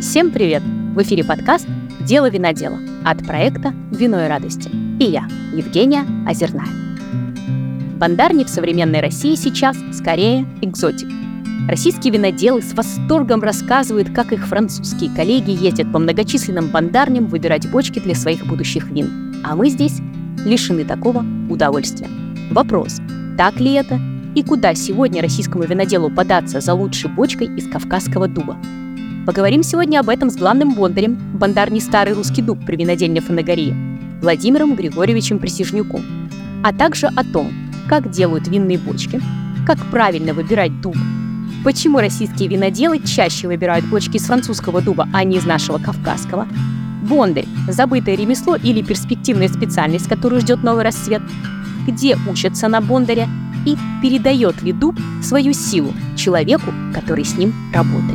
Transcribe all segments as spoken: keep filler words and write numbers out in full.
Всем привет! В эфире подкаст «Дело винодела» от проекта «Вино и радости». И я, Евгения Озерная. Бандарни в современной России сейчас скорее экзотик. Российские виноделы с восторгом рассказывают, как их французские коллеги ездят по многочисленным бандарням выбирать бочки для своих будущих вин. А мы здесь лишены такого удовольствия. Вопрос, так ли это? И куда сегодня российскому виноделу податься за лучшей бочкой из кавказского дуба? Поговорим сегодня об этом с главным бондарем бандарни «Старый русский дуб» при винодельне Фанагория Владимиром Григорьевичем Присяжнюком, а также о том, как делают винные бочки, как правильно выбирать дуб, почему российские виноделы чаще выбирают бочки из французского дуба, а не из нашего кавказского, бондарь – забытое ремесло или перспективная специальность, которую ждет новый расцвет, где учатся на бондаря и передает ли дуб свою силу человеку, который с ним работает.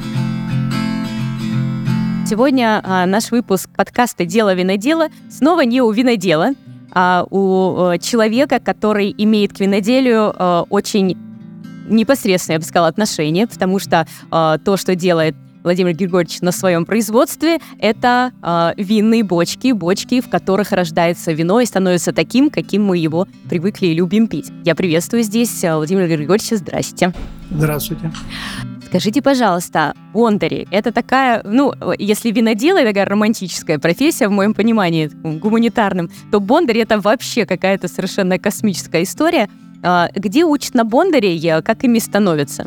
Сегодня а, наш выпуск подкаста «Дело винодела» снова не у винодела, а у а, человека, который имеет к виноделию а, очень непосредственное, я бы сказала, отношение, потому что а, то, что делает Владимир Григорьевич на своем производстве, это а, винные бочки, бочки, в которых рождается вино и становится таким, каким мы его привыкли и любим пить. Я приветствую здесь Владимира Григорьевича. Здрасте. Здравствуйте. Скажите, пожалуйста, бондари – это такая, ну, если виноделы – такая романтическая профессия, в моем понимании, гуманитарным, то бондари – это вообще какая-то совершенно космическая история. Где учат на бондарей, как ими становятся?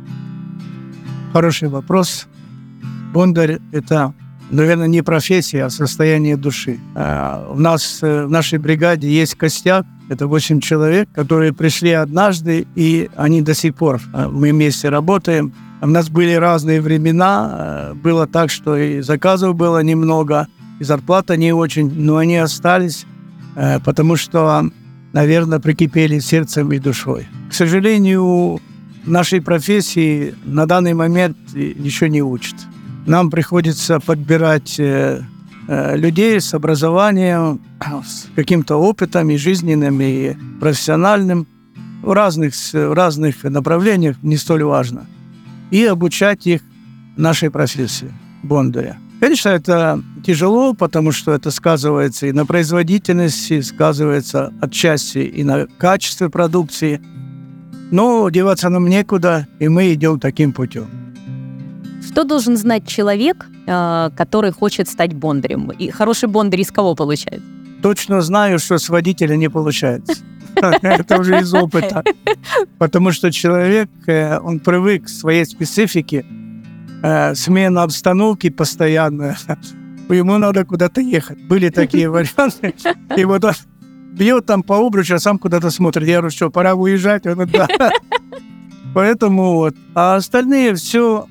Хороший вопрос. Бондарь – это, наверное, не профессия, а состояние души. У нас в нашей бригаде есть костяк, это восемь человек, которые пришли однажды, и они до сих пор, мы вместе работаем. У нас были разные времена, было так, что и заказов было немного, и зарплата не очень, но они остались, потому что, наверное, прикипели сердцем и душой. К сожалению, нашей профессии на данный момент еще не учат. Нам приходится подбирать людей с образованием, с каким-то опытом и жизненным, и профессиональным, в разных, в разных направлениях, не столь важно, и обучать их нашей профессии бондаря. Конечно, это тяжело, потому что это сказывается и на производительности, сказывается отчасти и на качестве продукции, но деваться нам некуда, и мы идем таким путем. Что должен знать человек, который хочет стать бондарем? И хороший бондарь из кого получает? Точно знаю, что с водителя не получается. Это уже из опыта. Потому что человек, он привык к своей специфике, смена обстановки постоянная. Ему надо куда-то ехать. Были такие варианты. И вот он бьет там по обручу, а сам куда-то смотрит. Я говорю, что, пора уезжать? Он говорит, да. Поэтому вот. А остальные все...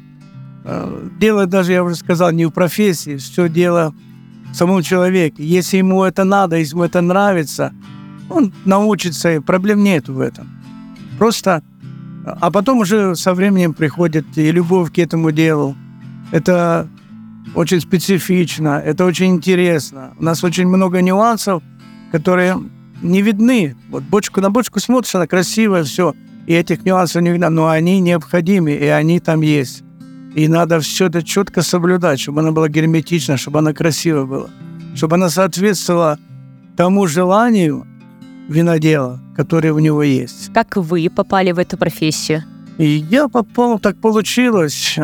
Дело даже, я уже сказал, не в профессии, все дело в самом человеке. Если ему это надо, если ему это нравится, он научится, и проблем нет в этом. Просто, а потом уже со временем приходит и любовь к этому делу. Это очень специфично, это очень интересно. У нас очень много нюансов, которые не видны. Вот бочку на бочку смотришь, она красивая, все, и этих нюансов не видно, но они необходимы, и они там есть. И надо все это четко соблюдать, чтобы она была герметична, чтобы она красивая была, чтобы она соответствовала тому желанию винодела, которое у него есть. Как вы попали в эту профессию? И я попал, так получилось.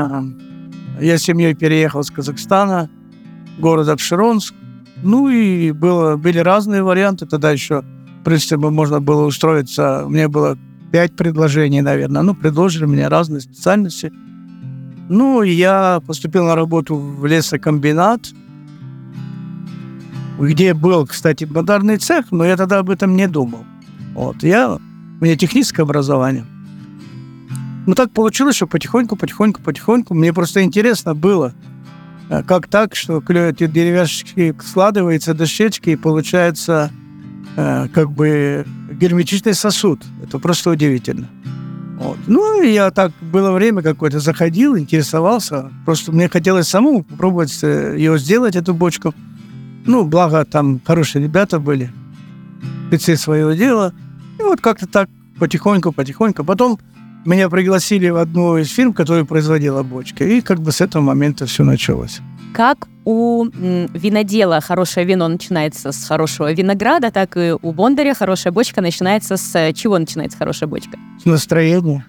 Я с семьей переехал с Казахстана, город Апшеронск. Ну и было, были разные варианты. Тогда еще, в принципе, можно было устроиться. У меня было пять предложений, наверное. Ну, предложили мне разные специальности. Ну, я поступил на работу в лесокомбинат, где был, кстати, бондарный цех, но я тогда об этом не думал. Вот, я, у меня техническое образование. Ну, так получилось, что потихоньку, потихоньку, потихоньку, мне просто интересно было, как так, что эти деревяшки складываются, дощечки, и получается как бы герметичный сосуд. Это просто удивительно. Вот. Ну, я так, было время какое-то, заходил, интересовался. Просто мне хотелось самому попробовать ее сделать, эту бочку. Ну, благо, там хорошие ребята были, спецы своего дела. И вот как-то так потихоньку, потихоньку. Потом меня пригласили в одну из фирм, которая производила бочки. И как бы с этого момента все началось. Как у м, винодела хорошее вино начинается с хорошего винограда, так и у Бондаря хорошая бочка начинается с... Чего начинается хорошая бочка? С настроения.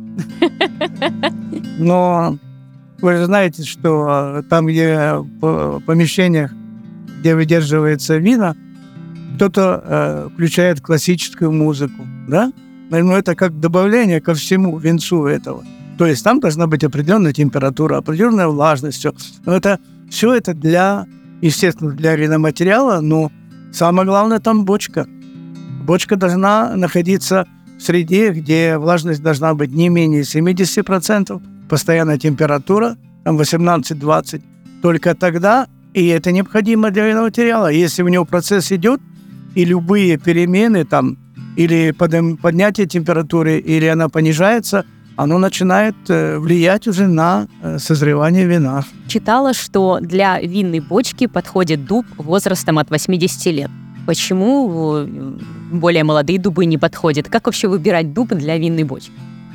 Но вы же знаете, что там, где в помещениях, где выдерживается вино, кто-то э, включает классическую музыку, да? Но это как добавление ко всему винцу этого. То есть там должна быть определенная температура, определенная влажность. Все. Но это, все это для, естественно, для виноматериала, но самое главное там бочка. Бочка должна находиться в среде, где влажность должна быть не менее семьдесят процентов, постоянная температура, там восемнадцать-двадцать. Только тогда, и это необходимо для виноматериала, если у него процесс идет, и любые перемены там, или поднятие температуры, или она понижается, оно начинает влиять уже на созревание вина. Читала, что для винной бочки подходит дуб возрастом от восьмидесяти лет. Почему более молодые дубы не подходят? Как вообще выбирать дуб для винной бочки?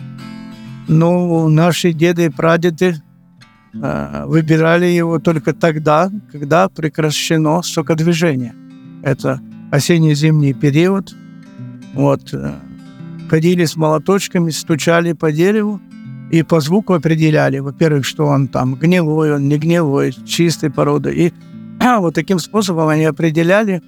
Ну, наши деды и прадеды э, выбирали его только тогда, когда прекращено сокодвижение. Это осенне-зимний период. Вот. Ходили с молоточками, стучали по дереву и по звуку определяли, во-первых, что он там гнилой, он не гнилой, чистой породы. И вот таким способом они определяли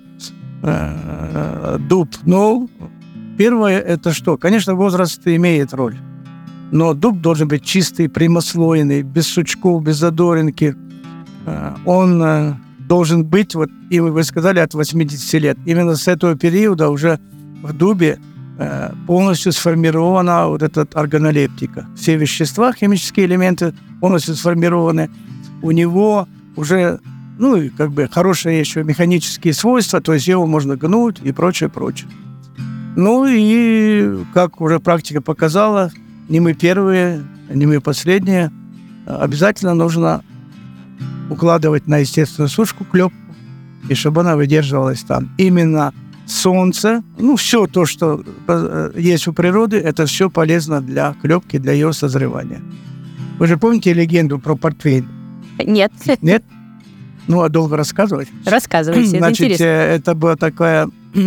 э, дуб. Ну, первое это что? Конечно, возраст имеет роль. Но дуб должен быть чистый, прямослойный, без сучков, без задоринки. Э, он э, должен быть, вот, и вы сказали, от восьмидесяти лет. Именно с этого периода уже в дубе э, полностью сформирована вот эта органолептика. Все вещества, химические элементы полностью сформированы. У него уже, ну, как бы хорошие еще механические свойства, то есть его можно гнуть и прочее, прочее. Ну и, как уже практика показала, не мы первые, не мы последние, обязательно нужно укладывать на естественную сушку клепку, и чтобы она выдерживалась там. Именно солнце, ну, все то, что есть у природы, это все полезно для клепки, для ее созревания. Вы же помните легенду про портвейн? Нет. Нет? Ну, а долго рассказывать? Рассказывайте, это Значит, интересно. это была такая...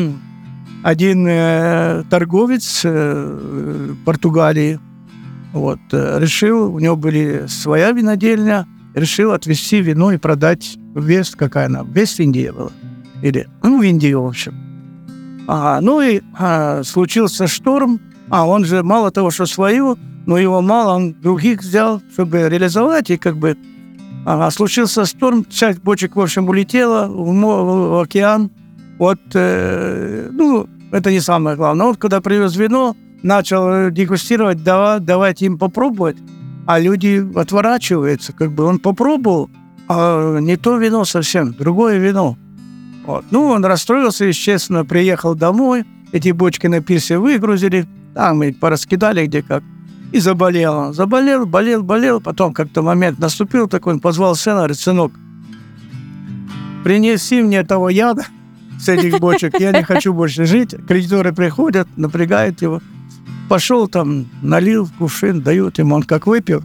Один э, торговец э, Португалии вот, э, решил, у него были своя винодельня, решил отвезти вино и продать в Вест, какая она, Вест Индия была, или, ну, в Индию, в общем. Ага, ну и а, случился шторм, а он же мало того, что свою, но его мало, он других взял, чтобы реализовать, и как бы ага, случился шторм, часть бочек, в общем, улетела в, в океан. Вот, э, ну, это не самое главное. Вот когда привез вино, начал дегустировать, давать, давать им попробовать, а люди отворачиваются, как бы он попробовал, а не то вино совсем, другое вино. Вот. Ну, он расстроился, естественно, приехал домой, эти бочки на пирсе выгрузили, там и пораскидали где как, и заболел он. Заболел, болел, болел, потом как-то момент наступил такой, он позвал сына, говорит: сынок, принеси мне того яда с этих бочек, я не хочу больше жить. Кредиторы приходят, напрягают его. Пошел там, налил в кувшин, дают ему, он как выпил,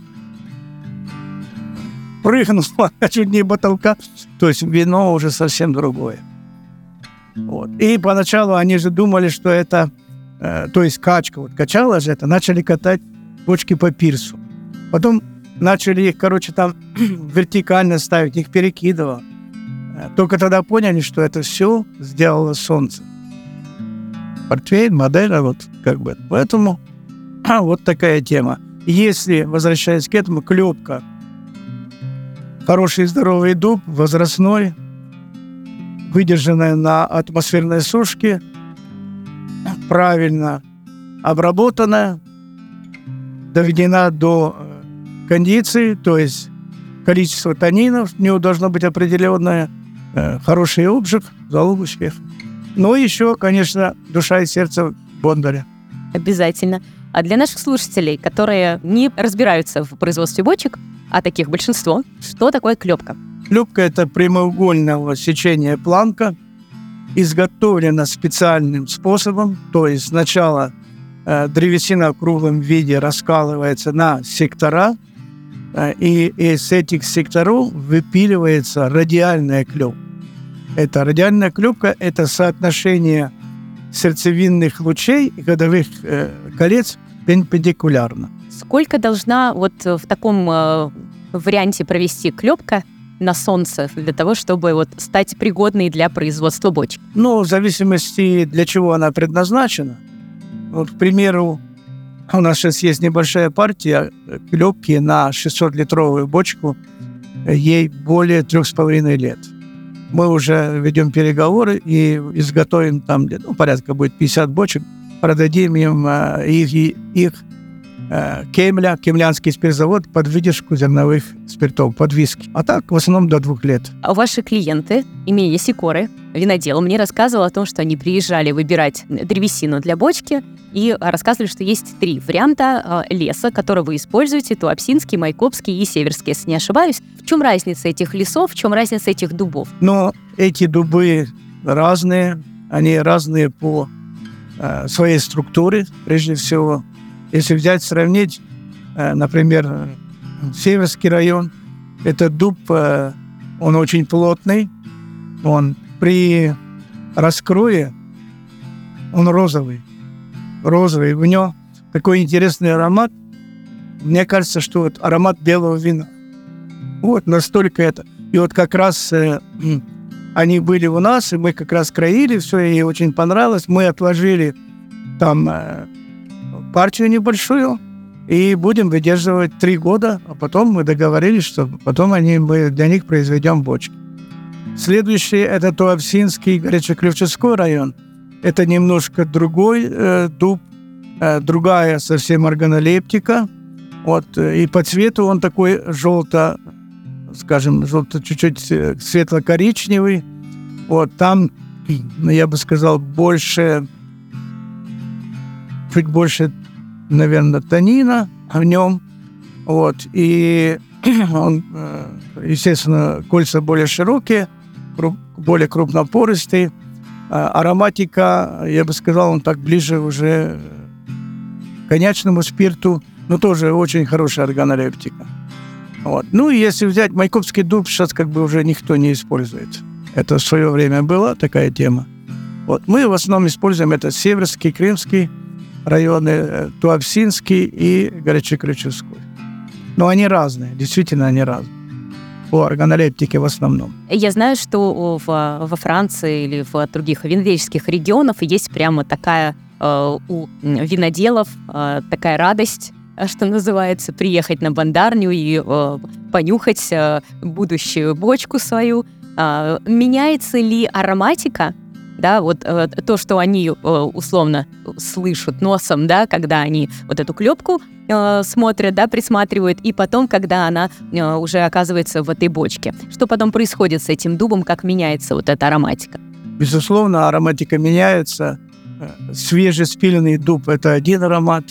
прыгнул чуть не потолка. То есть вино уже совсем другое. Вот. И поначалу они же думали, что это, э, то есть качка, вот качала же это, начали катать бочки по пирсу. Потом начали их, короче, там вертикально ставить, их перекидывало. Только тогда поняли, что это все сделало солнце. Портвейн, модель, вот как бы. Поэтому а, вот такая тема. Если, возвращаясь к этому, клепка, хороший здоровый дуб, возрастной, выдержанная на атмосферной сушке, правильно обработанная, доведена до кондиции, то есть количество танинов у него должно быть определенное, хороший обжиг, залупочки. Ну и еще, конечно, душа и сердце Бондаря. Обязательно. А для наших слушателей, которые не разбираются в производстве бочек, а таких большинство, что такое клепка? Клепка – это прямоугольного сечения планка, изготовлена специальным способом, то есть сначала э, древесина в круглом виде раскалывается на сектора, э, и из этих секторов выпиливается радиальная клепка. Это радиальная клепка – это соотношение сердцевинных лучей и ходовых э, колец перпендикулярно. Сколько должна вот в таком э, варианте провести клепка на солнце для того, чтобы вот стать пригодной для производства бочек? Ну, в зависимости, для чего она предназначена. Вот, к примеру, у нас сейчас есть небольшая партия клепки на шестисотлитровую бочку, ей более трех с половиной лет. Мы уже ведем переговоры и изготовим там, ну, порядка будет пятьдесят бочек, продадим им э, их, их э, кемля, кемлянский спиртзавод под выдержку зерновых спиртов, под виски. А так в основном до двух лет. А ваши клиенты, имея Сикоры, винодел, мне рассказывал о том, что они приезжали выбирать древесину для бочки и рассказывали, что есть три варианта э, леса, которые вы используете: туапсинский, майкопский и северский, если не ошибаюсь. В чем разница этих лесов, в чем разница этих дубов? Но эти дубы разные, они разные по э, своей структуре, прежде всего. Если взять, сравнить, э, например, Северский район, этот дуб, э, он очень плотный, он при раскрое, он розовый, розовый, у него такой интересный аромат. Мне кажется, что вот аромат белого вина. Вот настолько это. И вот как раз э, они были у нас, и мы как раз краили, все, ей очень понравилось. Мы отложили там э, партию небольшую, и будем выдерживать три года, а потом мы договорились, что потом они, мы для них произведем бочки. Следующий – это Туапсинский горячеключевской район. Это немножко другой э, дуб, э, другая совсем органолептика. Вот, и по цвету он такой желто, скажем, желто, чуть-чуть светло-коричневый. Вот, там, я бы сказал, больше, чуть больше, наверное, танина в нем. Вот, и он, естественно, кольца более широкие, более крупнопористые. Ароматика, я бы сказал, он так ближе уже к коньячному спирту, но тоже очень хорошая органолептика. Вот. Ну, и если взять майкопский дуб, сейчас как бы уже никто не использует. Это в свое время была такая тема. Вот. Мы в основном используем это Северский, Крымский районы, Туапсинский и Горячеключевской. Но они разные, действительно они разные. По органолептике в основном. Я знаю, что в, во Франции или в других винодельческих регионах есть прямо такая э, у виноделов э, такая радость, что называется, приехать на бандарню и э, понюхать э, будущую бочку свою. Э, меняется ли ароматика? Да, вот э, то, что они э, условно слышат носом, да, когда они вот эту клепку э, смотрят, да, присматривают, и потом, когда она э, уже оказывается в этой бочке. Что потом происходит с этим дубом, как меняется вот эта ароматика? Безусловно, ароматика меняется. Свежеспиленный дуб – это один аромат.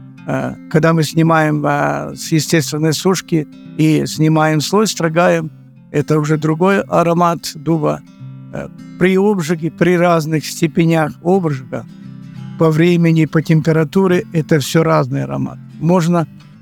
Когда мы снимаем с естественной сушки и снимаем слой, строгаем, это уже другой аромат дуба. При обжиге, при разных степенях обжига, по времени, по температуре, это все разный аромат. Можно,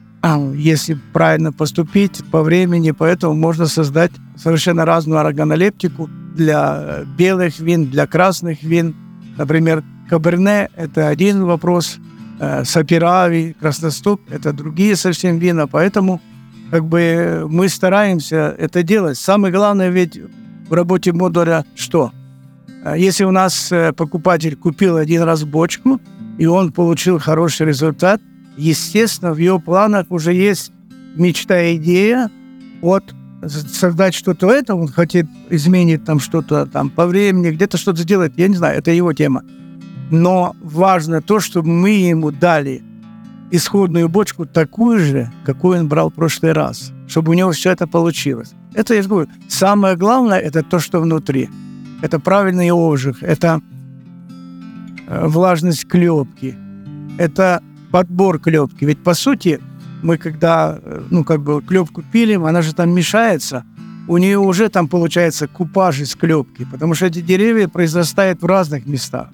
если правильно поступить, по времени, поэтому можно создать совершенно разную органолептику для белых вин, для красных вин. Например, каберне – это один вопрос, саперави, красноступ – это другие совсем вина, поэтому как бы мы стараемся это делать. Самое главное ведь в работе модуля что? Если у нас покупатель купил один раз бочку, и он получил хороший результат, естественно, в его планах уже есть мечта, идея, вот, создать что-то это, он хочет изменить там что-то там по времени, где-то что-то сделать, я не знаю, это его тема. Но важно то, чтобы мы ему дали исходную бочку такую же, какую он брал в прошлый раз, чтобы у него все это получилось. Это, я говорю, самое главное – это то, что внутри. Это правильный обжиг, это влажность клепки, это подбор клепки. Ведь, по сути, мы когда, ну, как бы клепку пилим, она же там мешается, у нее уже там получается купаж из клепки, потому что эти деревья произрастают в разных местах.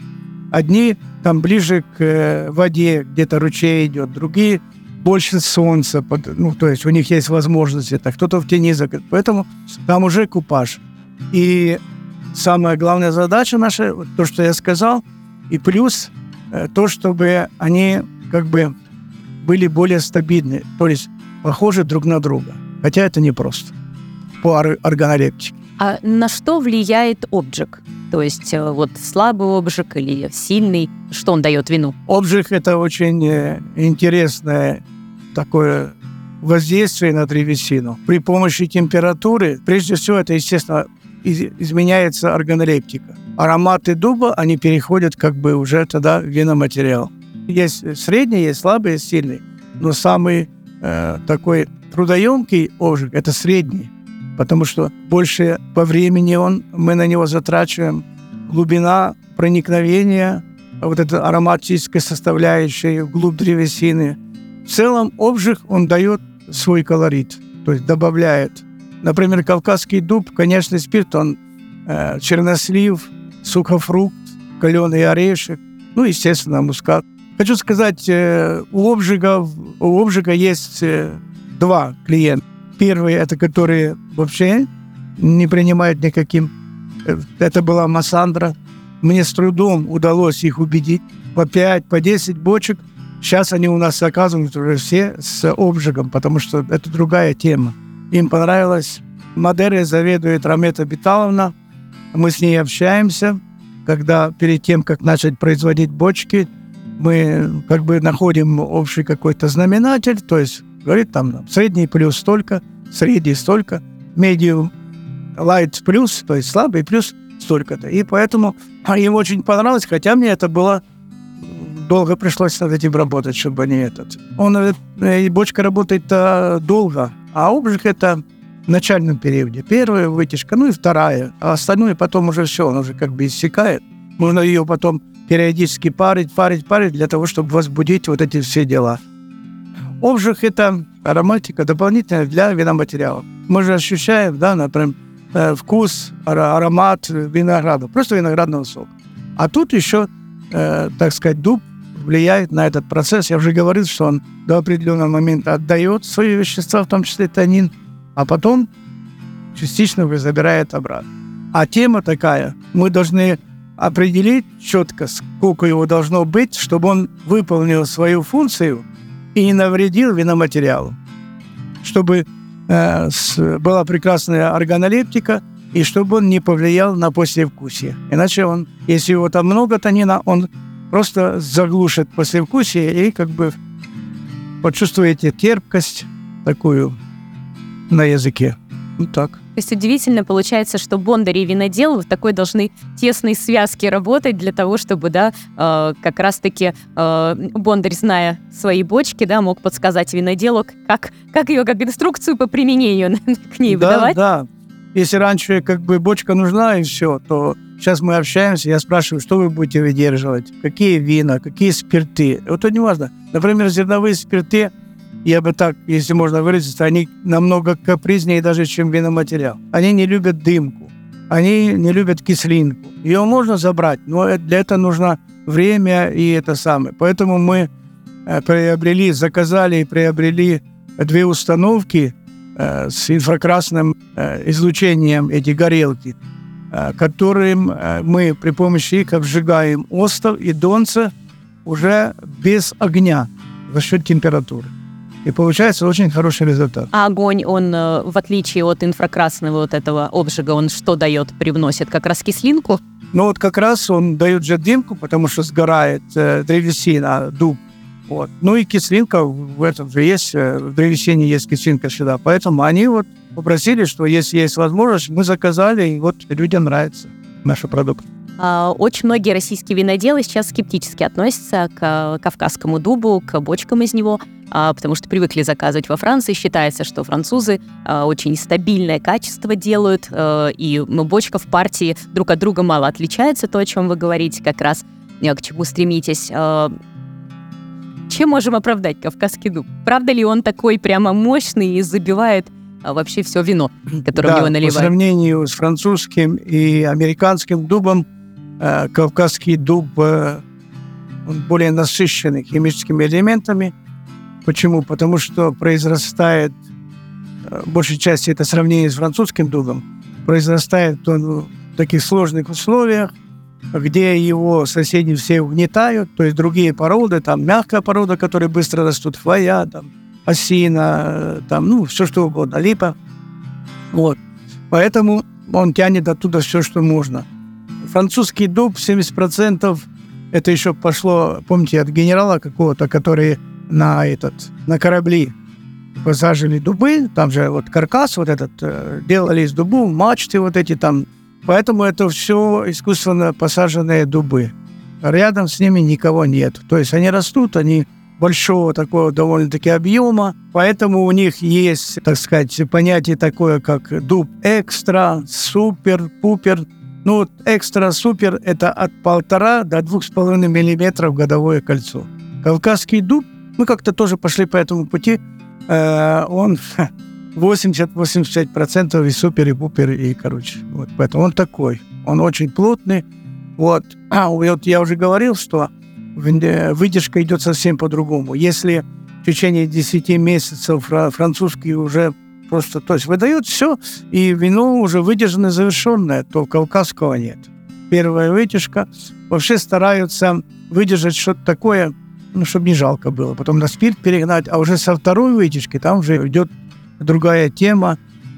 Одни там ближе к воде, где-то ручей идет, другие больше солнца, ну, то есть у них есть возможности, так кто-то в тени закрыт. Поэтому там уже купаж. И самая главная задача наша, то, что я сказал, и плюс то, чтобы они как бы были более стабильны, то есть похожи друг на друга. Хотя это непросто по органолептике. А на что влияет обжиг? То есть вот слабый обжиг или сильный, что он дает вину? Обжиг – это очень интересное такое воздействие на древесину. При помощи температуры, прежде всего, это, естественно, изменяется органолептика. Ароматы дуба, они переходят как бы уже тогда в виноматериал. Есть средний, есть слабый, есть сильный. Но самый э, такой трудоемкий обжиг – это средний. Потому что больше по времени он, мы на него затрачиваем. Глубина проникновения, вот эта ароматическая составляющая вглубь древесины. В целом обжиг, он дает свой колорит, то есть добавляет. Например, кавказский дуб, конечный спирт, он э, чернослив, сухофрукт, каленый орешек, ну, естественно, мускат. Хочу сказать, э, у обжига, у обжига есть э, два клиента. Первые, это которые вообще не принимают никаким. Это была Массандра. Мне с трудом удалось их убедить. По пять, по десять бочек. Сейчас они у нас оказываются уже все с обжигом, потому что это другая тема. Им понравилось. Мадерой заведует Рамета Биталовна. Мы с ней общаемся. Когда перед тем, как начать производить бочки, мы как бы находим общий какой-то знаменатель, то есть говорит там средний плюс столько, средний столько, medium light плюс, то есть слабый плюс столько-то. И поэтому им очень понравилось, хотя мне это было долго пришлось над этим работать, чтобы они этот. Он, э, бочка работает э, долго, а обжиг это в начальном периоде. Первая вытяжка, ну и вторая, а остальное потом уже все, он уже как бы иссякает. Можно ее потом периодически парить, парить, парить для того, чтобы возбудить вот эти все дела. Обжиг – это ароматика дополнительная для виноматериала. Мы же ощущаем, да, например, вкус, аромат винограда, просто виноградного сока. А тут еще, э, так сказать, дуб влияет на этот процесс. Я уже говорил, что он до определенного момента отдает свои вещества, в том числе танин, а потом частично его забирает обратно. А тема такая, мы должны определить четко, сколько его должно быть, чтобы он выполнил свою функцию и не навредил виноматериалу. Чтобы э, с, была прекрасная органолептика, и чтобы он не повлиял на послевкусие. Иначе он, если его там много танина, он просто заглушит послевкусие и как бы почувствуете терпкость такую на языке. Вот так. То есть удивительно получается, что бондарь и винодел в такой должны тесной связке работать для того, чтобы, да, э, как раз-таки э, бондарь, зная свои бочки, да, мог подсказать виноделу, как, как ее, как инструкцию по применению к ней да, выдавать. Да, если раньше как бы бочка нужна и все, то сейчас мы общаемся, я спрашиваю, что вы будете выдерживать, какие вина, какие спирты. Вот это не важно. Например, зерновые спирты, я бы так, если можно выразиться, они намного капризнее даже, чем виноматериал. Они не любят дымку, они не любят кислинку. Ее можно забрать, но для этого нужно время и это самое. Поэтому мы приобрели, заказали и приобрели две установки э, с инфракрасным э, излучением, эти горелки, э, которым э, мы при помощи их обжигаем остов и донца уже без огня за счет температуры. И получается очень хороший результат. А огонь, он, в отличие от инфракрасного вот этого обжига, он что дает, привносит? Как раз кислинку? Ну вот как раз он дает же дымку, потому что сгорает э, древесина, дуб. Вот. Ну и кислинка в этом же есть, э, в древесине есть кислинка всегда. Поэтому они вот попросили, что если есть возможность, мы заказали, и вот людям нравится наш продукт. Очень многие российские виноделы сейчас скептически относятся к кавказскому дубу, к бочкам из него, потому что привыкли заказывать во Франции. Считается, что французы очень стабильное качество делают, и бочка в партии друг от друга мало отличается, то, о чем вы говорите, как раз к чему стремитесь. Чем можем оправдать кавказский дуб? Правда ли он такой прямо мощный и забивает вообще все вино, которое да, в него наливают? По сравнению с французским и американским дубом, э, кавказский дуб э, он более насыщенный химическими элементами. Почему? Потому что произрастает, э, большей части это сравнение с французским дубом, произрастает он в таких сложных условиях, где его соседи все угнетают, то есть другие породы, там мягкая порода, которая быстро растут, хвоя, там, осина, там, ну, все что угодно, липа. Вот. Поэтому он тянет оттуда все, что можно. Французский дуб, семьдесят процентов, это еще пошло, помните, от генерала какого-то, который на, этот, на корабли посаживали дубы, там же вот каркас вот этот, делали из дубу, мачты вот эти там. Поэтому это все искусственно посаженные дубы. Рядом с ними никого нет. То есть они растут, они большого такого довольно-таки объема, поэтому у них есть, так сказать, понятие такое, как дуб экстра, супер, пупер. Ну, вот экстра, супер – это от полтора до двух с половиной миллиметров годовое кольцо. Кавказский дуб, мы как-то тоже пошли по этому пути, э, он восемьдесят-восемьдесят пять процентов и супер, и пупер, и, короче, вот поэтому он такой, он очень плотный. Вот, а вот я уже говорил, что выдержка идет совсем по-другому. Если в течение десяти месяцев французский уже просто, то есть выдают все, и вино уже выдержанное, завершенное, то кавказского нет. Первая вытяжка. Вообще стараются выдержать что-то такое, ну, чтобы не жалко было. Потом на спирт перегнать, а уже со второй вытяжки там уже идет другая тема.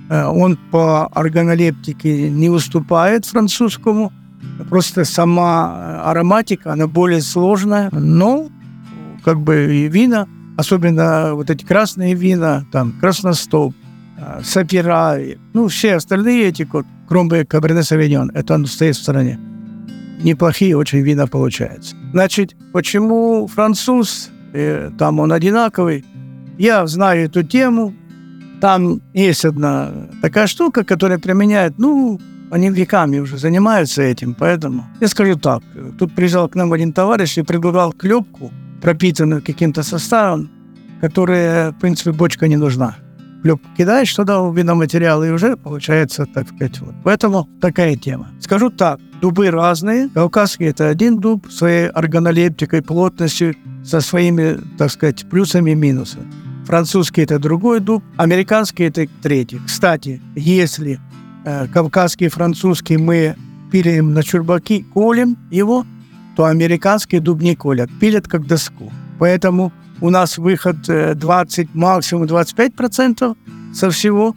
Он по органолептике не уступает французскому. Просто сама ароматика, она более сложная. Но как бы и вина, особенно вот эти красные вина, там красностоп, сапира, ну все остальные эти, вот, кроме Каберне Савиньон, это он стоит в стороне. Неплохие очень вина получаются. Значит, почему француз, э, там он одинаковый? Я знаю эту тему. Там есть одна такая штука, которая применяет, ну, они веками уже занимаются этим, поэтому я скажу так. Тут приезжал к нам один товарищ и предлагал клепку, пропитанную каким-то составом, которая, в принципе, бочка не нужна. Клепку кидаешь туда в виноматериал, и уже получается, так сказать, вот. Поэтому такая тема. Скажу так, дубы разные. Кавказский – это один дуб, своей органолептикой, плотностью, со своими, так сказать, плюсами и минусами. Французский – это другой дуб, американский – это третий. Кстати, если э, кавказский и французский мы пилим на чурбаки, колем его, то американский дуб не колят, пилят как доску. Поэтому у нас выход двадцать, максимум двадцать пять процентов со всего,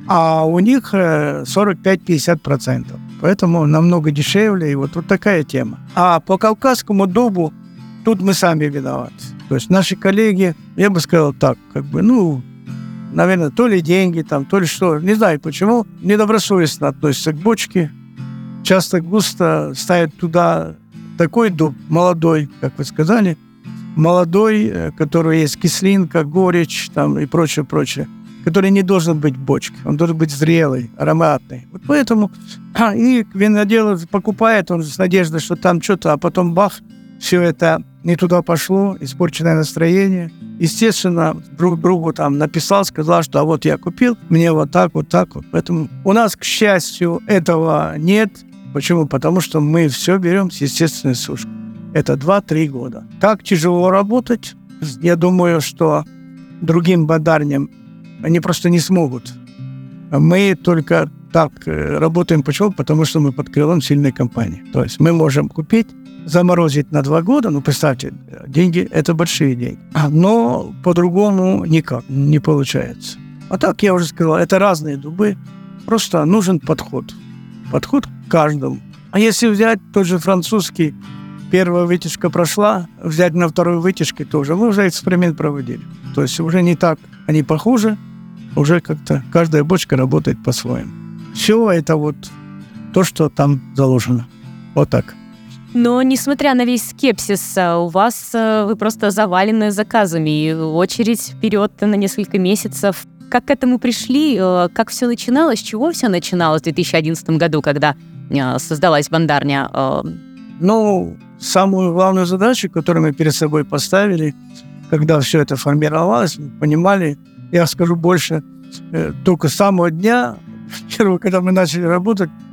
а у них сорок пять-пятьдесят процентов. Поэтому намного дешевле, и вот, вот такая тема. А по кавказскому дубу тут мы сами виноваты. То есть наши коллеги, я бы сказал так, как бы, ну, наверное, то ли деньги там, то ли что, не знаю почему, недобросовестно относятся к бочке. Часто густо ставят туда такой дуб, молодой, как вы сказали, молодой, который есть кислинка, горечь там и прочее, прочее, который не должен быть в бочке, он должен быть зрелый, ароматный. Вот поэтому а, и винодел покупает, он с надеждой, что там что-то, а потом бах, все это не туда пошло, испорченное настроение. Естественно, друг другу там написал, сказал, что а вот я купил, мне вот так, вот так вот. Поэтому у нас, к счастью, этого нет. Почему? Потому что мы все берем с естественной сушки. Это два-три года. Как тяжело работать, я думаю, что другим бадарням они просто не смогут. Мы только так работаем. Почему? Потому что мы под крылом сильной компании. То есть мы можем купить, заморозить на два года, ну, представьте, деньги – это большие деньги. Но по-другому никак не получается. А так, я уже сказал, это разные дубы. Просто нужен подход. Подход к каждому. А если взять тот же французский, первая вытяжка прошла, взять на второй вытяжке тоже. Мы уже эксперимент проводили. То есть уже не так, они похуже, уже как-то каждая бочка работает по-своему. Все это вот то, что там заложено. Вот так. Но, несмотря на весь скепсис, у вас вы просто завалены заказами, и очередь вперед на несколько месяцев. Как к этому пришли? Как все начиналось? С чего все начиналось в две тысячи одиннадцатом году, когда создалась бандарня? Ну, самую главную задачу, которую мы перед собой поставили, когда все это формировалось, мы понимали, я скажу больше, только с самого дня, первого, когда мы начали работать,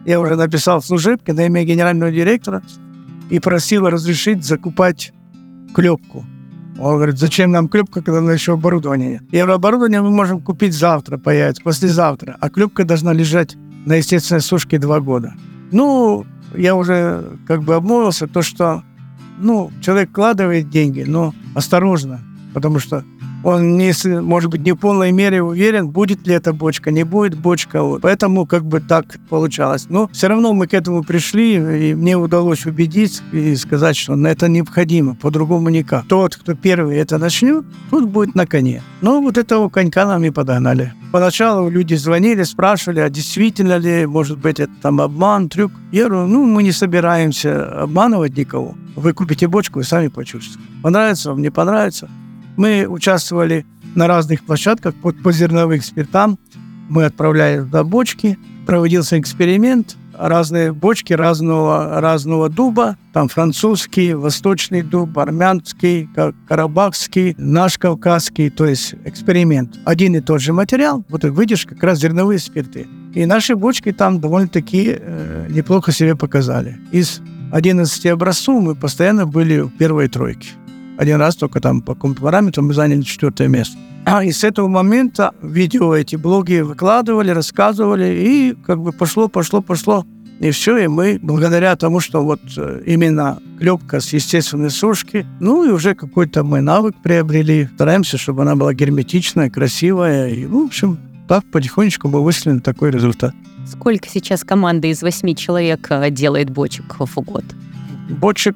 Я уже написал в служебке на имя генерального директора и просил разрешить закупать клепку. Он говорит, зачем нам клепка, когда на еще оборудование нет? Я говорю, оборудование мы можем купить завтра, появится, послезавтра, а клепка должна лежать на естественной сушке два года. Ну, я уже как бы обмолвился, то, что ну, человек вкладывает деньги, но осторожно, потому что он, не, может быть, не в полной мере уверен, будет ли эта бочка, не будет бочка. Вот. Поэтому как бы так получалось. Но все равно мы к этому пришли, и мне удалось убедить и сказать, что это необходимо, по-другому никак. Тот, кто первый это начнет, тот будет на коне. Но вот этого конька нам и подогнали. Поначалу люди звонили, спрашивали, а действительно ли, может быть, это там обман, трюк. Я говорю, ну, мы не собираемся обманывать никого. Вы купите бочку и сами почувствуете. Понравится вам, не понравится. Мы участвовали на разных площадках по, по зерновым спиртам. Мы отправляли туда бочки. Проводился эксперимент. Разные бочки разного, разного дуба. Там французский, восточный дуб, армянский, карабахский, наш кавказский. То есть эксперимент. Один и тот же материал. Вот и выйдешь как раз зерновые спирты. И наши бочки там довольно-таки э, неплохо себя показали. Из одиннадцати образцов мы постоянно были в первой тройке. Один раз только там по какому-то параметру мы заняли четвертое место. А и с этого момента видео эти блоги выкладывали, рассказывали, и как бы пошло, пошло, пошло. И все, и мы, благодаря тому, что вот именно клепка с естественной сушки, ну и уже какой-то мы навык приобрели. Стараемся, чтобы она была герметичная, красивая. И, ну, в общем, так потихонечку мы вышли на такой результат. Сколько сейчас команда из восьми человек делает бочек в год? Бочек,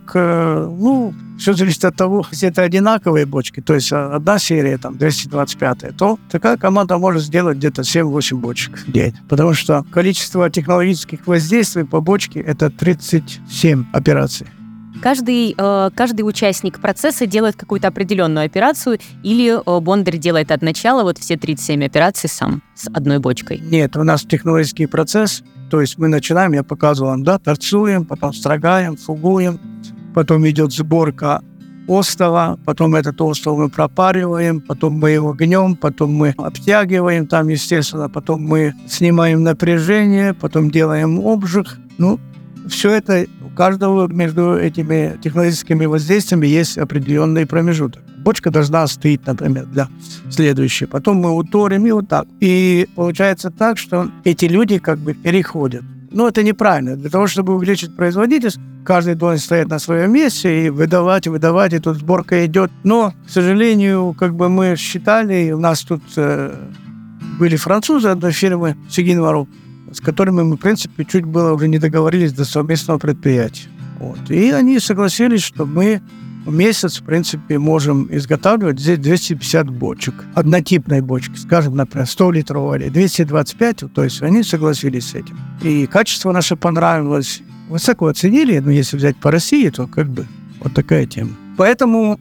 ну, все зависит от того, если это одинаковые бочки, то есть одна серия, там, двести двадцать пятая, то такая команда может сделать где-то семь-восемь бочек в день. Потому что количество технологических воздействий по бочке – это тридцать семь операций. Каждый, э, каждый участник процесса делает какую-то определенную операцию, или э, Бондарь делает от начала вот все тридцать семь операций сам с одной бочкой? Нет, у нас технологический процесс, то есть мы начинаем, я показывал вам, да, торцуем, потом строгаем, фугуем, потом идет сборка остова, потом этот остов мы пропариваем, потом мы его гнем, потом мы обтягиваем там, естественно, потом мы снимаем напряжение, потом делаем обжиг. Ну, все это у каждого между этими технологическими воздействиями есть определенный промежуток. Бочка должна остыть, например, для следующей. Потом мы уторим и вот так. И получается так, что эти люди как бы переходят. Но это неправильно. Для того, чтобы увеличить производительность, каждый должен стоять на своем месте и выдавать, выдавать, и тут сборка идет. Но, к сожалению, как бы мы считали, у нас тут э, были французы одной фирмы, Сигинвару, с которыми мы, в принципе, чуть было уже не договорились до совместного предприятия. Вот. И они согласились, что мы в месяц, в принципе, можем изготавливать здесь двести пятьдесят бочек. Однотипной бочки, скажем, например, сто литровой или двести двадцать пять, то есть они согласились с этим. И качество наше понравилось. Высоко оценили, но если взять по России, то как бы вот такая тема. Поэтому,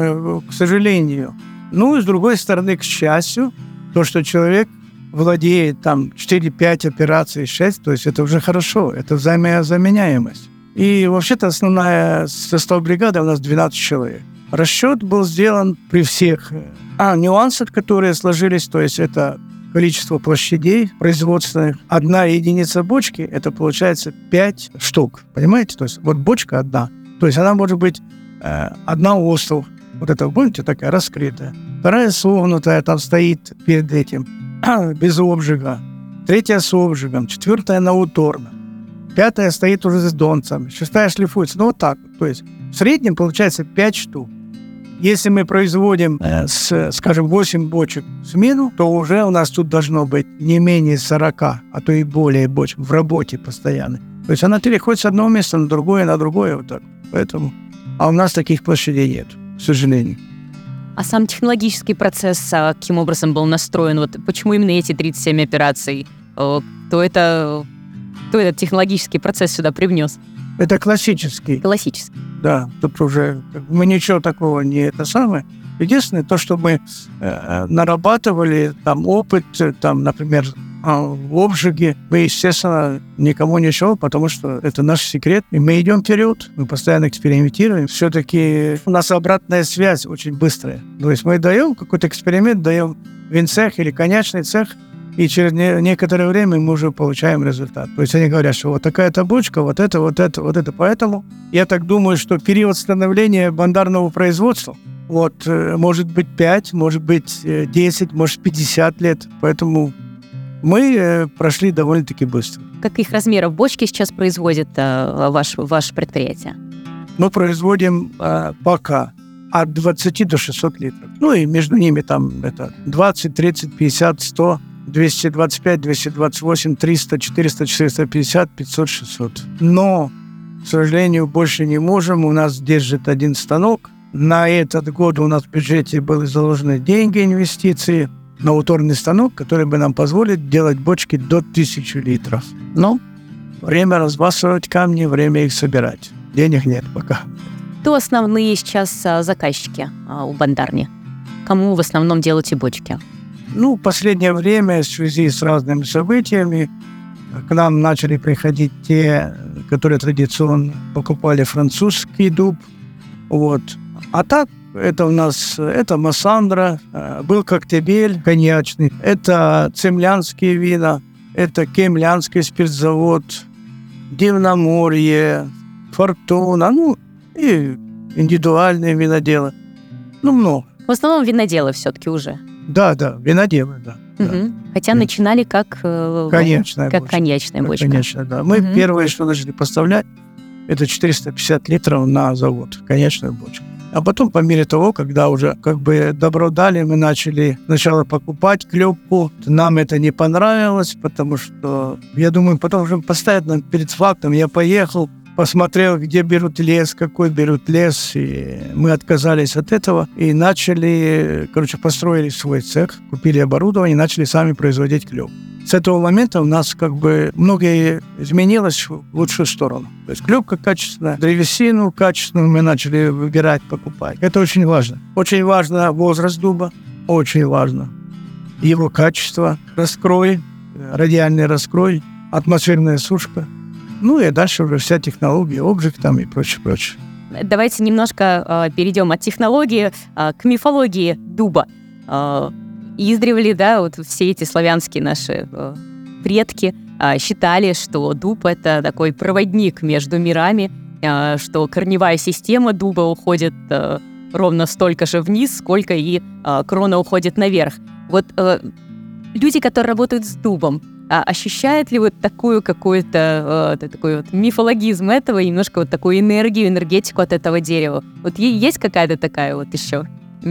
к сожалению, ну и с другой стороны, к счастью, то, что человек владеет там четыре-пять операций, шесть, то есть это уже хорошо, это взаимозаменяемость. И вообще-то основная состав бригады у нас двенадцать человек. Расчет был сделан при всех а, нюансах, которые сложились, то есть это количество площадей производственных. Одна единица бочки, это получается пять штук, понимаете? То есть вот бочка одна, то есть она может быть э, одна остов, вот это, помните, такая раскрытая. Вторая согнутая, там стоит перед этим, без обжига. Третья с обжигом, четвертая науторна. Пятая стоит уже с донцем, шестая шлифуется. Ну, вот так. То есть в среднем получается пять штук. Если мы производим, э, с, скажем, восемь бочек в смену, то уже у нас тут должно быть не менее сорока, а то и более бочек в работе постоянно. То есть она переходит с одного места на другое, на другое, вот так. Поэтому... А у нас таких площадей нет, к сожалению. А сам технологический процесс каким образом был настроен? Вот почему именно эти тридцать семь операций? Кто это... Кто этот технологический процесс сюда привнес? Это классический. Классический. Да, тут уже мы ничего такого не это самое. Единственное, то, что мы э, нарабатывали там опыт, там, например, в обжиге, мы, естественно, никому ничего, потому что это наш секрет. И мы идем вперед, мы постоянно экспериментируем. Все-таки у нас обратная связь очень быстрая. То есть мы даем какой-то эксперимент, даем винцех или конечный цех, и через не- некоторое время мы уже получаем результат. То есть они говорят, что вот такая-то бочка, вот это, вот это, вот это. Поэтому я так думаю, что период становления бандарного производства вот, э, может быть пять, может быть э, десять, может пятьдесят лет. Поэтому мы э, прошли довольно-таки быстро. Каких размеров бочки сейчас производит э, ваш, ваше предприятие? Мы производим э, пока от двадцати до шестисот литров. Ну и между ними там это двадцать, тридцать, пятьдесят, сто, двести двадцать пять, двести двадцать восемь, триста, четыреста, четыреста пятьдесят, пятьсот, шестьсот. Но, к сожалению, больше не можем. У нас держит один станок. На этот год у нас в бюджете были заложены деньги, инвестиции на уторный станок, который бы нам позволил делать бочки до тысячи литров. Но время разбрасывать камни, время их собирать. Денег нет пока. Кто основные сейчас а, заказчики а, у Бандарни? Кому в основном делаете бочки? Ну, в последнее время в связи с разными событиями к нам начали приходить те, которые традиционно покупали французский дуб. Вот. А так, это у нас, это Массандра, был Коктебель коньячный, это цемлянские вина, это Кемлянский спиртзавод, Дивноморье, Фортуна, ну, и индивидуальные виноделы. Ну, много. В основном виноделы все-таки уже. Да, да, виноделы, да. Угу. да. Хотя да. начинали как, э, коньячная как бочка. коньячная Да, бочка. Конечно, да. Мы Угу. первое, что начали поставлять, это четыреста пятьдесят литров на завод, коньячную бочку. А потом, по мере того, когда уже как бы добро дали, мы начали сначала покупать клепку. Нам это не понравилось, потому что, я думаю, потом уже постоянно перед фактом я поехал, посмотрел, где берут лес, какой берут лес, и мы отказались от этого и начали, короче, построили свой цех, купили оборудование и начали сами производить клепку. С этого момента у нас как бы многое изменилось в лучшую сторону. То есть клепка качественная, древесину качественную мы начали выбирать, покупать. Это очень важно. Очень важно возраст дуба, очень важно его качество, раскрой, радиальный раскрой, атмосферная сушка. Ну и дальше уже вся технология, обжиг там и прочее, прочее. Давайте немножко э, перейдем от технологии э, к мифологии дуба. Э, издревле, да, вот все эти славянские наши э, предки э, считали, что дуб — это такой проводник между мирами, э, что корневая система дуба уходит э, ровно столько же вниз, сколько и э, крона уходит наверх. Вот э, люди, которые работают с дубом, а ощущают ли вот такую какую-то э, такой вот мифологизм этого, и немножко вот такую энергию, энергетику от этого дерева? Вот есть какая-то такая вот еще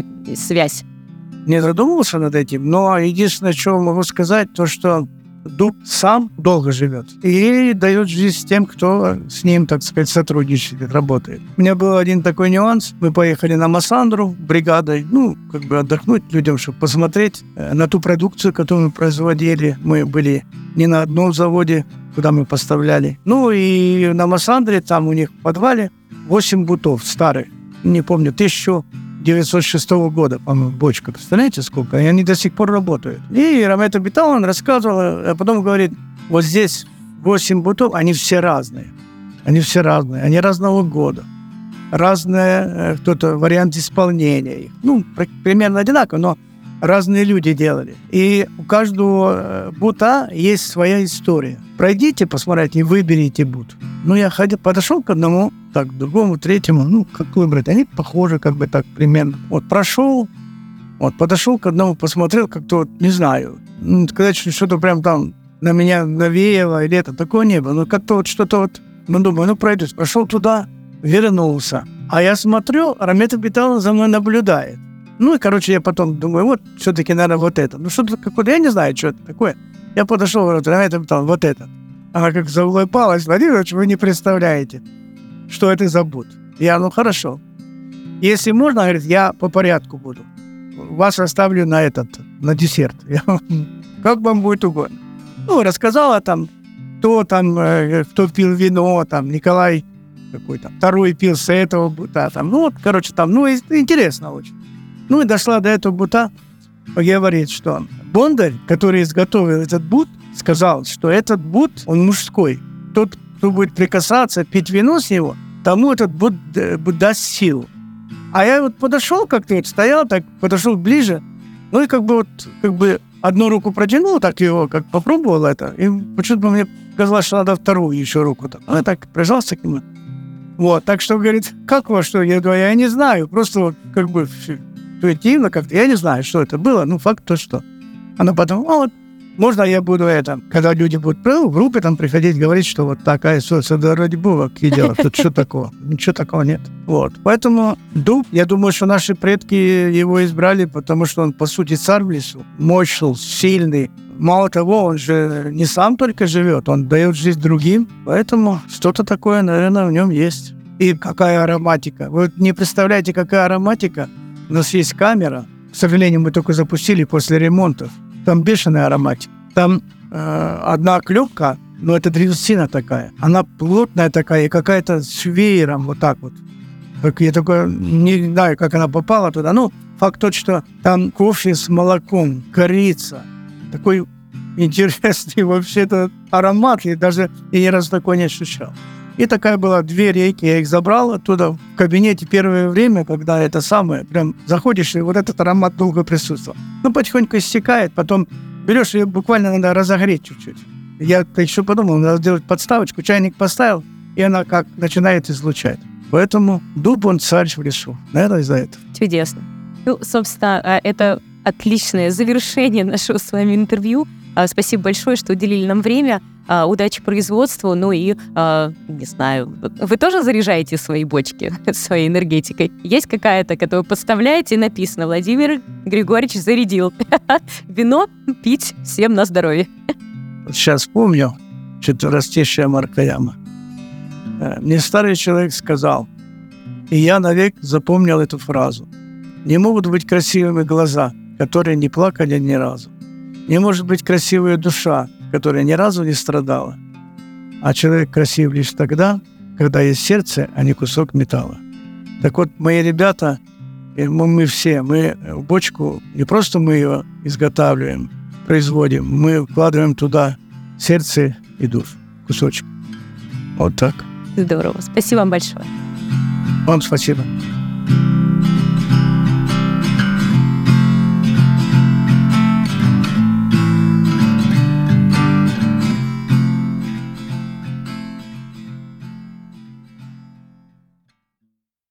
связь? Не задумывался над этим, но единственное, что могу сказать, то, что дуб сам долго живет и дает жизнь тем, кто с ним, так сказать, сотрудничает, работает. У меня был один такой нюанс. Мы поехали на Массандру бригадой, ну, как бы отдохнуть людям, чтобы посмотреть на ту продукцию, которую мы производили. Мы были не на одном заводе, куда мы поставляли. Ну, и на Массандре, там у них в подвале восемь бутов старых. Не помню, тысяча девятьсот шестого года, по-моему, бочка. Представляете, сколько? И они до сих пор работают. И Рамет Абиталан рассказывал, а потом говорит, вот здесь восемь бутов, они все разные. Они все разные. Они разного года. Разные, кто-то, вариант исполнения их. Ну, примерно одинаково, но разные люди делали. И у каждого бута есть своя история. Пройдите, посмотрите и выберите бут. Ну, я ходил, подошел к одному, так, к другому, третьему, ну, как выбрать? Они похожи, как бы так, примерно. Вот, прошел, вот, подошел к одному, посмотрел, как-то, вот, не знаю, ну, сказать, что что-то прям там на меня навеяло, или это, такого не было. Ну, как-то вот что-то вот, ну, думаю, ну, пройдусь. Пошел туда, вернулся. А я смотрю, Рамет Абиталан за мной наблюдает. Ну, и, короче, я потом думаю, вот, все-таки, наверное, вот это. Ну, что-то какое-то, я не знаю, что это такое. Я подошел, говорю, Рамет Абиталан, вот это. Она как заулыбалась, Владимирович, вы не представляете, что это за бут. Я, ну, хорошо. Если можно, говорит, я по порядку буду. Вас оставлю на этот, на десерт. Я, как вам будет угодно. Ну, рассказала там, кто там, э, кто пил вино, там, Николай какой-то, второй пил с этого бута, там, ну, вот, короче, там, ну, интересно очень. Ну, и дошла до этого бута, говорит, что Бондарь, который изготовил этот бут, сказал, что этот бут, он мужской. Тот, кто будет прикасаться, пить вино с него, тому этот бут, бут даст силу. А я вот подошел как-то, вот стоял так, подошел ближе, ну и как бы вот, как бы одну руку протянул, так его как попробовал это, и почему-то мне казалось, что надо вторую еще руку. Так. А я так прижался к нему. Вот, так что, говорит, как у вас что? Я говорю, я не знаю, просто вот как бы интуитивно как-то, я не знаю, что это было, ну, факт то, что. Она потом, а вот, можно я буду это, когда люди будут в группе там приходить, говорить, что вот такая соция, да ради бога, какие дела, тут что такого? Ничего такого нет. Вот, поэтому дуб, я думаю, что наши предки его избрали, потому что он, по сути, царь в лесу, мощный, сильный. Мало того, он же не сам только живет, он дает жизнь другим, поэтому что-то такое, наверное, в нем есть. И какая ароматика. Вы вот не представляете, какая ароматика. У нас есть камера, к сожалению, мы только запустили после ремонтов. Там бешеная ароматика. Там э, одна клепка, но это древесина такая. Она плотная такая и какая-то с веером вот так вот. Так я только не знаю, как она попала туда. Ну, факт тот, что там кофе с молоком, корица. Такой интересный вообще-то аромат. Я даже я ни разу такой не ощущал. И такая была две рейки, я их забрал оттуда в кабинете первое время, когда это самое, прям заходишь, и вот этот аромат долго присутствовал. Ну, потихоньку иссякает, потом берешь ее, буквально надо разогреть чуть-чуть. Я еще подумал, надо сделать подставочку, чайник поставил, и она как начинает излучать. Поэтому дуб, он царь в лесу. Наверное, из-за этого. Чудесно. Ну, собственно, это отличное завершение нашего с вами интервью. Спасибо большое, что уделили нам время. Удачи производству. Ну и, не знаю, вы тоже заряжаете свои бочки своей энергетикой? Есть какая-то, которую подставляете, и написано: Владимир Григорьевич зарядил. Вино пить всем на здоровье. Сейчас помню, что-то растущая Маркаяма. Мне старый человек сказал, и я навек запомнил эту фразу: не могут быть красивыми глаза, которые не плакали ни разу. Не может быть красивая душа, которая ни разу не страдала. А человек красив лишь тогда, когда есть сердце, а не кусок металла. Так вот, мои ребята, и мы, мы все, мы бочку, не просто мы ее изготавливаем, производим, мы вкладываем туда сердце и душу, кусочек. Вот так. Здорово. Спасибо вам большое. Вам спасибо.